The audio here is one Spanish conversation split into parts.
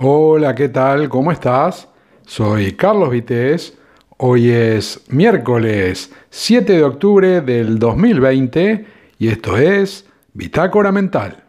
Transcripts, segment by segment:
Hola, ¿qué tal? ¿Cómo estás? Soy Carlos Vitéz. Hoy es miércoles 7 de octubre del 2020 y esto es Bitácora Mental.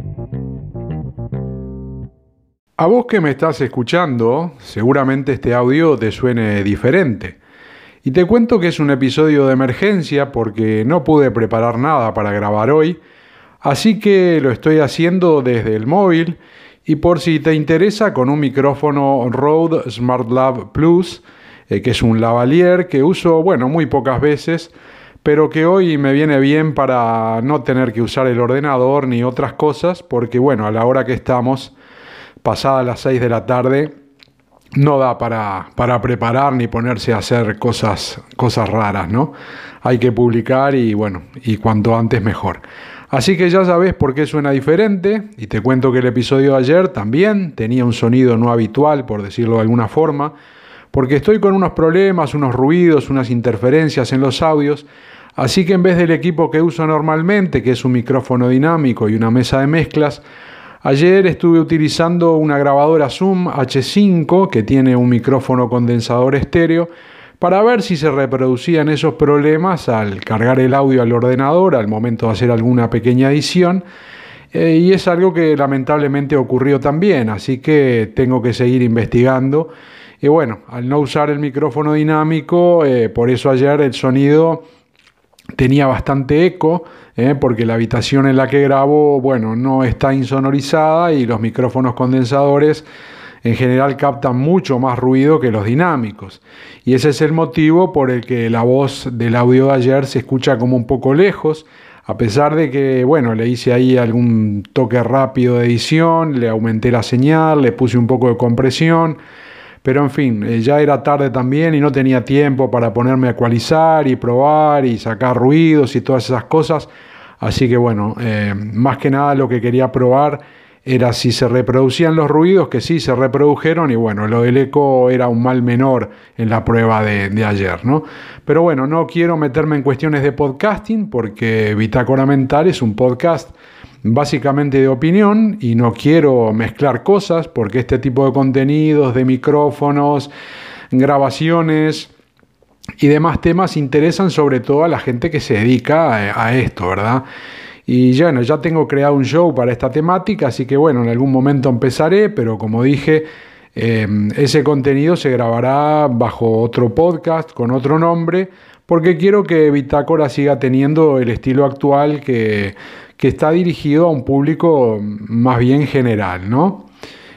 A vos que me estás escuchando, seguramente este audio te suene diferente. Y te cuento que es un episodio de emergencia porque no pude preparar nada para grabar hoy, así que lo estoy haciendo desde el móvil y por si te interesa con un micrófono Rode SmartLav Plus, que es un lavalier que uso, muy pocas veces, pero que hoy me viene bien para no tener que usar el ordenador ni otras cosas, porque a la hora que estamos, pasadas las 6 de la tarde, no da para preparar ni ponerse a hacer cosas raras, ¿no? Hay que publicar y cuanto antes mejor. Así que ya sabes por qué suena diferente y te cuento que el episodio de ayer también tenía un sonido no habitual, por decirlo de alguna forma, porque estoy con unos problemas, unos ruidos, unas interferencias en los audios, así que en vez del equipo que uso normalmente, que es un micrófono dinámico y una mesa de mezclas, ayer estuve utilizando una grabadora Zoom H5 que tiene un micrófono condensador estéreo para ver si se reproducían esos problemas al cargar el audio al ordenador al momento de hacer alguna pequeña edición. Y es algo que lamentablemente ocurrió también, así que tengo que seguir investigando. Y al no usar el micrófono dinámico, por eso ayer el sonido tenía bastante eco, porque la habitación en la que grabo, no está insonorizada y los micrófonos condensadores en general captan mucho más ruido que los dinámicos. Y ese es el motivo por el que la voz del audio de ayer se escucha como un poco lejos, a pesar de que, le hice ahí algún toque rápido de edición, le aumenté la señal, le puse un poco de compresión. Pero en fin, ya era tarde también y no tenía tiempo para ponerme a ecualizar y probar y sacar ruidos y todas esas cosas. Así que más que nada lo que quería probar era si se reproducían los ruidos, que sí se reprodujeron y lo del eco era un mal menor en la prueba de ayer, ¿no? Pero no quiero meterme en cuestiones de podcasting porque Bitácora Mental es un podcast básicamente de opinión y no quiero mezclar cosas porque este tipo de contenidos, de micrófonos, grabaciones y demás temas interesan sobre todo a la gente que se dedica a esto, ¿verdad? Y ya tengo creado un show para esta temática, así que en algún momento empezaré, pero como dije, ese contenido se grabará bajo otro podcast con otro nombre, porque quiero que Bitácora siga teniendo el estilo actual que está dirigido a un público más bien general, ¿no?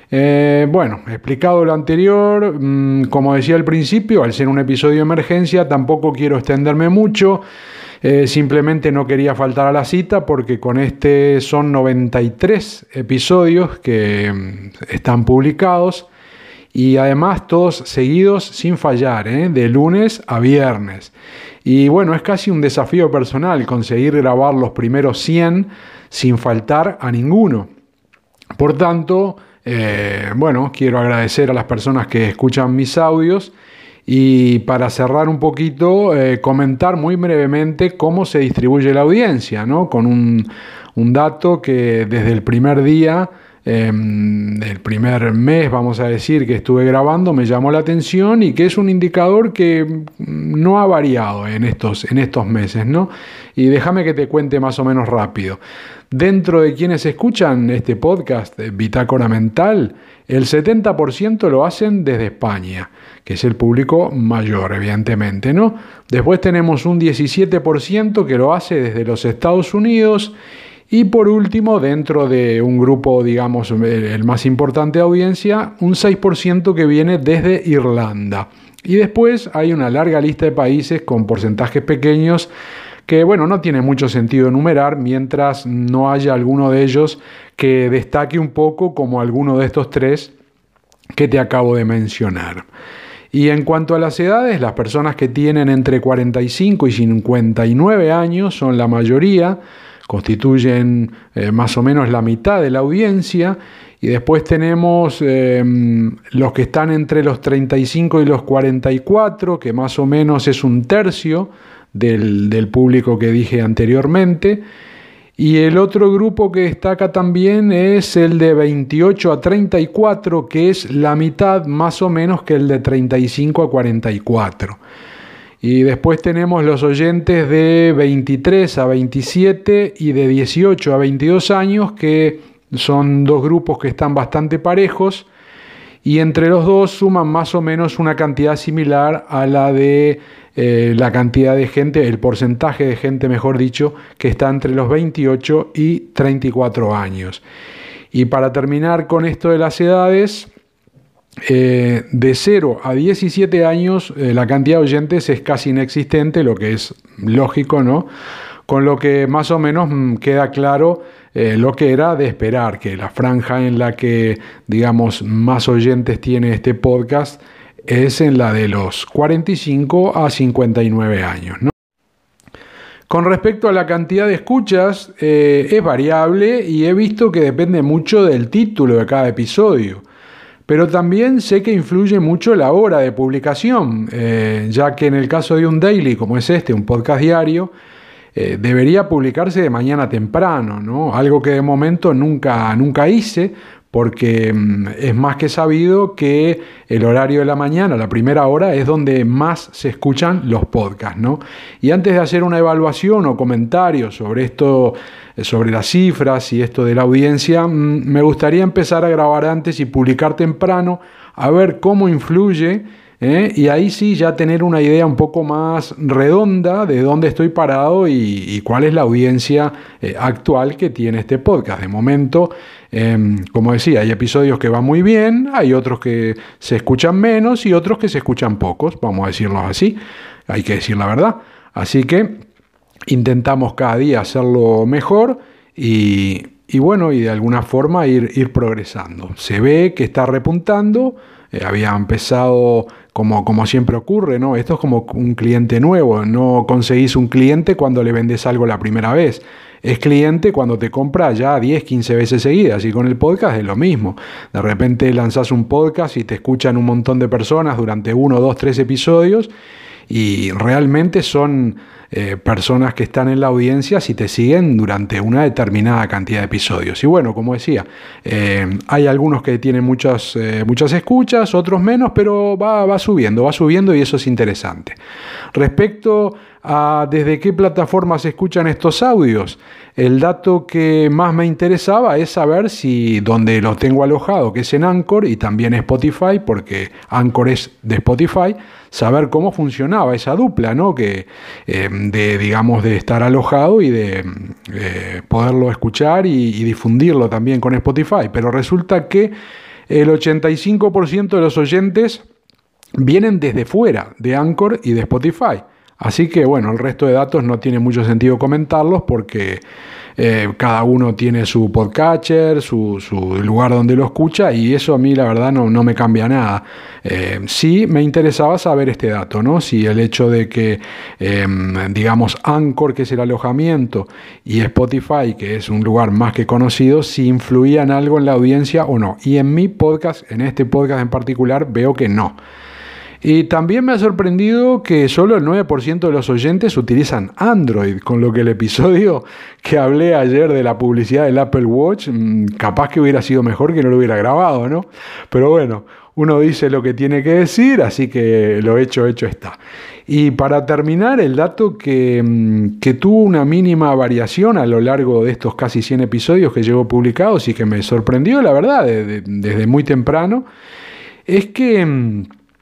Explicado lo anterior, como decía al principio, al ser un episodio de emergencia, tampoco quiero extenderme mucho. Simplemente no quería faltar a la cita porque con este son 93 episodios que están publicados y además todos seguidos sin fallar, de lunes a viernes. Y es casi un desafío personal conseguir grabar los primeros 100 sin faltar a ninguno. Por tanto, quiero agradecer a las personas que escuchan mis audios. Y para cerrar un poquito, comentar muy brevemente cómo se distribuye la audiencia, ¿no? Con un dato que desde el primer día, del primer mes, vamos a decir, que estuve grabando, me llamó la atención y que es un indicador que no ha variado en estos meses, ¿no? Y déjame que te cuente más o menos rápido. Dentro de quienes escuchan este podcast, Bitácora Mental, el 70% lo hacen desde España, que es el público mayor, evidentemente, ¿no? Después tenemos un 17% que lo hace desde los Estados Unidos y por último, dentro de un grupo, digamos, el más importante de audiencia, un 6% que viene desde Irlanda. Y después hay una larga lista de países con porcentajes pequeños que, no tiene mucho sentido enumerar mientras no haya alguno de ellos que destaque un poco como alguno de estos tres que te acabo de mencionar. Y en cuanto a las edades, las personas que tienen entre 45 y 59 años son la mayoría, constituyen más o menos la mitad de la audiencia, y después tenemos los que están entre los 35 y los 44, que más o menos es un tercio del público que dije anteriormente, Y el otro grupo que destaca también es el de 28 a 34, que es la mitad más o menos que el de 35 a 44. Y después tenemos los oyentes de 23 a 27 y de 18 a 22 años, que son dos grupos que están bastante parejos, y entre los dos suman más o menos una cantidad similar a la de la cantidad de gente, el porcentaje de gente, mejor dicho, que está entre los 28 y 34 años. Y para terminar con esto de las edades, de 0 a 17 años la cantidad de oyentes es casi inexistente, lo que es lógico, ¿no? Con lo que más o menos queda claro lo que era de esperar, que la franja en la que, digamos, más oyentes tiene este podcast es en la de los 45 a 59 años, ¿no? Con respecto a la cantidad de escuchas, es variable y he visto que depende mucho del título de cada episodio. Pero también sé que influye mucho la hora de publicación, ya que en el caso de un daily como es este, un podcast diario, debería publicarse de mañana temprano, ¿no? Algo que de momento nunca hice, porque es más que sabido que el horario de la mañana, la primera hora, es donde más se escuchan los podcasts, ¿no? Y antes de hacer una evaluación o comentario sobre esto, sobre las cifras y esto de la audiencia, me gustaría empezar a grabar antes y publicar temprano, a ver cómo influye, y ahí sí ya tener una idea un poco más redonda de dónde estoy parado y cuál es la audiencia actual que tiene este podcast. De momento, como decía, hay episodios que van muy bien, hay otros que se escuchan menos y otros que se escuchan pocos, vamos a decirlo así, hay que decir la verdad. Así que intentamos cada día hacerlo mejor y bueno, y de alguna forma ir progresando. Se ve que está repuntando. Había empezado como siempre ocurre, ¿no? Esto es como un cliente nuevo. No conseguís un cliente cuando le vendes algo la primera vez. Es cliente cuando te compra ya 10, 15 veces seguidas. Y con el podcast es lo mismo. De repente lanzás un podcast y te escuchan un montón de personas durante 1, 2, 3 episodios. Y realmente son personas que están en la audiencia si te siguen durante una determinada cantidad de episodios. Y bueno, como decía, hay algunos que tienen muchas escuchas, otros menos, pero va subiendo y eso es interesante. Respecto a desde qué plataforma se escuchan estos audios, el dato que más me interesaba es saber si donde los tengo alojado, que es en Anchor y también Spotify, porque Anchor es de Spotify, saber cómo funcionaba esa dupla, ¿no? Que de estar alojado y de poderlo escuchar y difundirlo también con Spotify. Pero resulta que el 85% de los oyentes vienen desde fuera de Anchor y de Spotify. Así que bueno, el resto de datos no tiene mucho sentido comentarlos porque cada uno tiene su podcatcher, su lugar donde lo escucha, y eso a mí la verdad no me cambia nada. Sí me interesaba saber este dato, ¿no? Si el hecho de que, digamos, Anchor, que es el alojamiento, y Spotify, que es un lugar más que conocido, si influían algo en la audiencia o no. Y en mi podcast, en este podcast en particular, veo que no. Y también me ha sorprendido que solo el 9% de los oyentes utilizan Android, con lo que el episodio que hablé ayer de la publicidad del Apple Watch, capaz que hubiera sido mejor que no lo hubiera grabado, ¿no? Pero bueno, uno dice lo que tiene que decir, así que lo hecho está. Y para terminar, el dato que tuvo una mínima variación a lo largo de estos casi 100 episodios que llevo publicados y que me sorprendió, la verdad, desde muy temprano, es que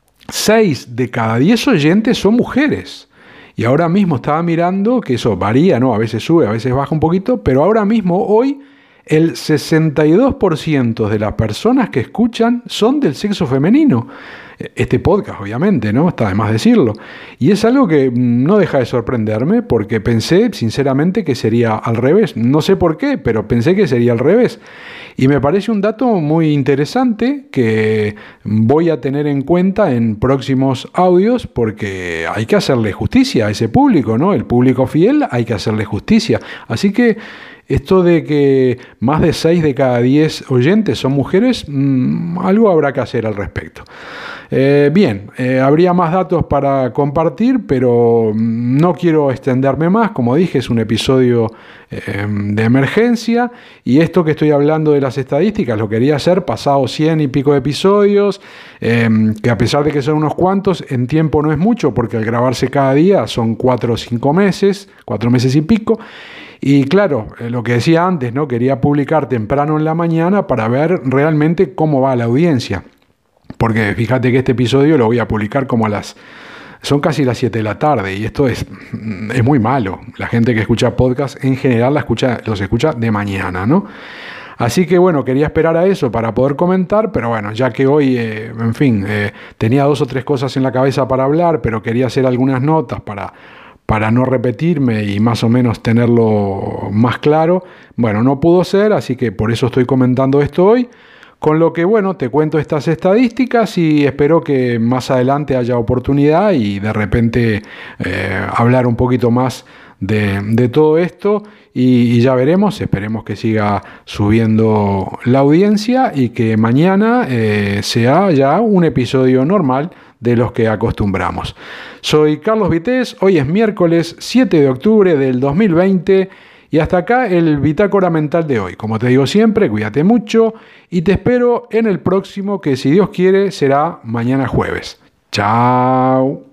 6 de cada 10 oyentes son mujeres. Y ahora mismo estaba mirando que eso varía, ¿no? A veces sube, a veces baja un poquito, pero ahora mismo, hoy, el 62% de las personas que escuchan son del sexo femenino. Este podcast, obviamente, ¿no? Está de más decirlo. Y es algo que no deja de sorprenderme porque pensé, sinceramente, que sería al revés. No sé por qué, pero pensé que sería al revés. Y me parece un dato muy interesante que voy a tener en cuenta en próximos audios porque hay que hacerle justicia a ese público, ¿no? El público fiel hay que hacerle justicia. Así que esto de que más de 6 de cada 10 oyentes son mujeres, algo habrá que hacer al respecto. Bien, habría más datos para compartir, pero no quiero extenderme más. Como dije, es un episodio de emergencia, y esto que estoy hablando de las estadísticas lo quería hacer pasado 100 y pico de episodios, que a pesar de que son unos cuantos, en tiempo no es mucho, porque al grabarse cada día son 4 o 5 meses, 4 meses y pico. Y claro, lo que decía antes, ¿no? Quería publicar temprano en la mañana para ver realmente cómo va la audiencia. Porque fíjate que este episodio lo voy a publicar como son casi las 7 de la tarde, y esto es muy malo. La gente que escucha podcast en general los escucha de mañana, ¿no? Así que bueno, quería esperar a eso para poder comentar, pero bueno, ya que hoy, tenía 2 o 3 cosas en la cabeza para hablar, pero quería hacer algunas notas para no repetirme y más o menos tenerlo más claro. Bueno, no pudo ser, así que por eso estoy comentando esto hoy. Con lo que, bueno, te cuento estas estadísticas y espero que más adelante haya oportunidad y de repente hablar un poquito más de todo esto, y ya veremos. Esperemos que siga subiendo la audiencia y que mañana sea ya un episodio normal de los que acostumbramos. Soy Carlos Vitéz, hoy es miércoles 7 de octubre del 2020 y hasta acá el Bitácora Mental de hoy. Como te digo siempre, cuídate mucho y te espero en el próximo, que si Dios quiere será mañana jueves. Chao.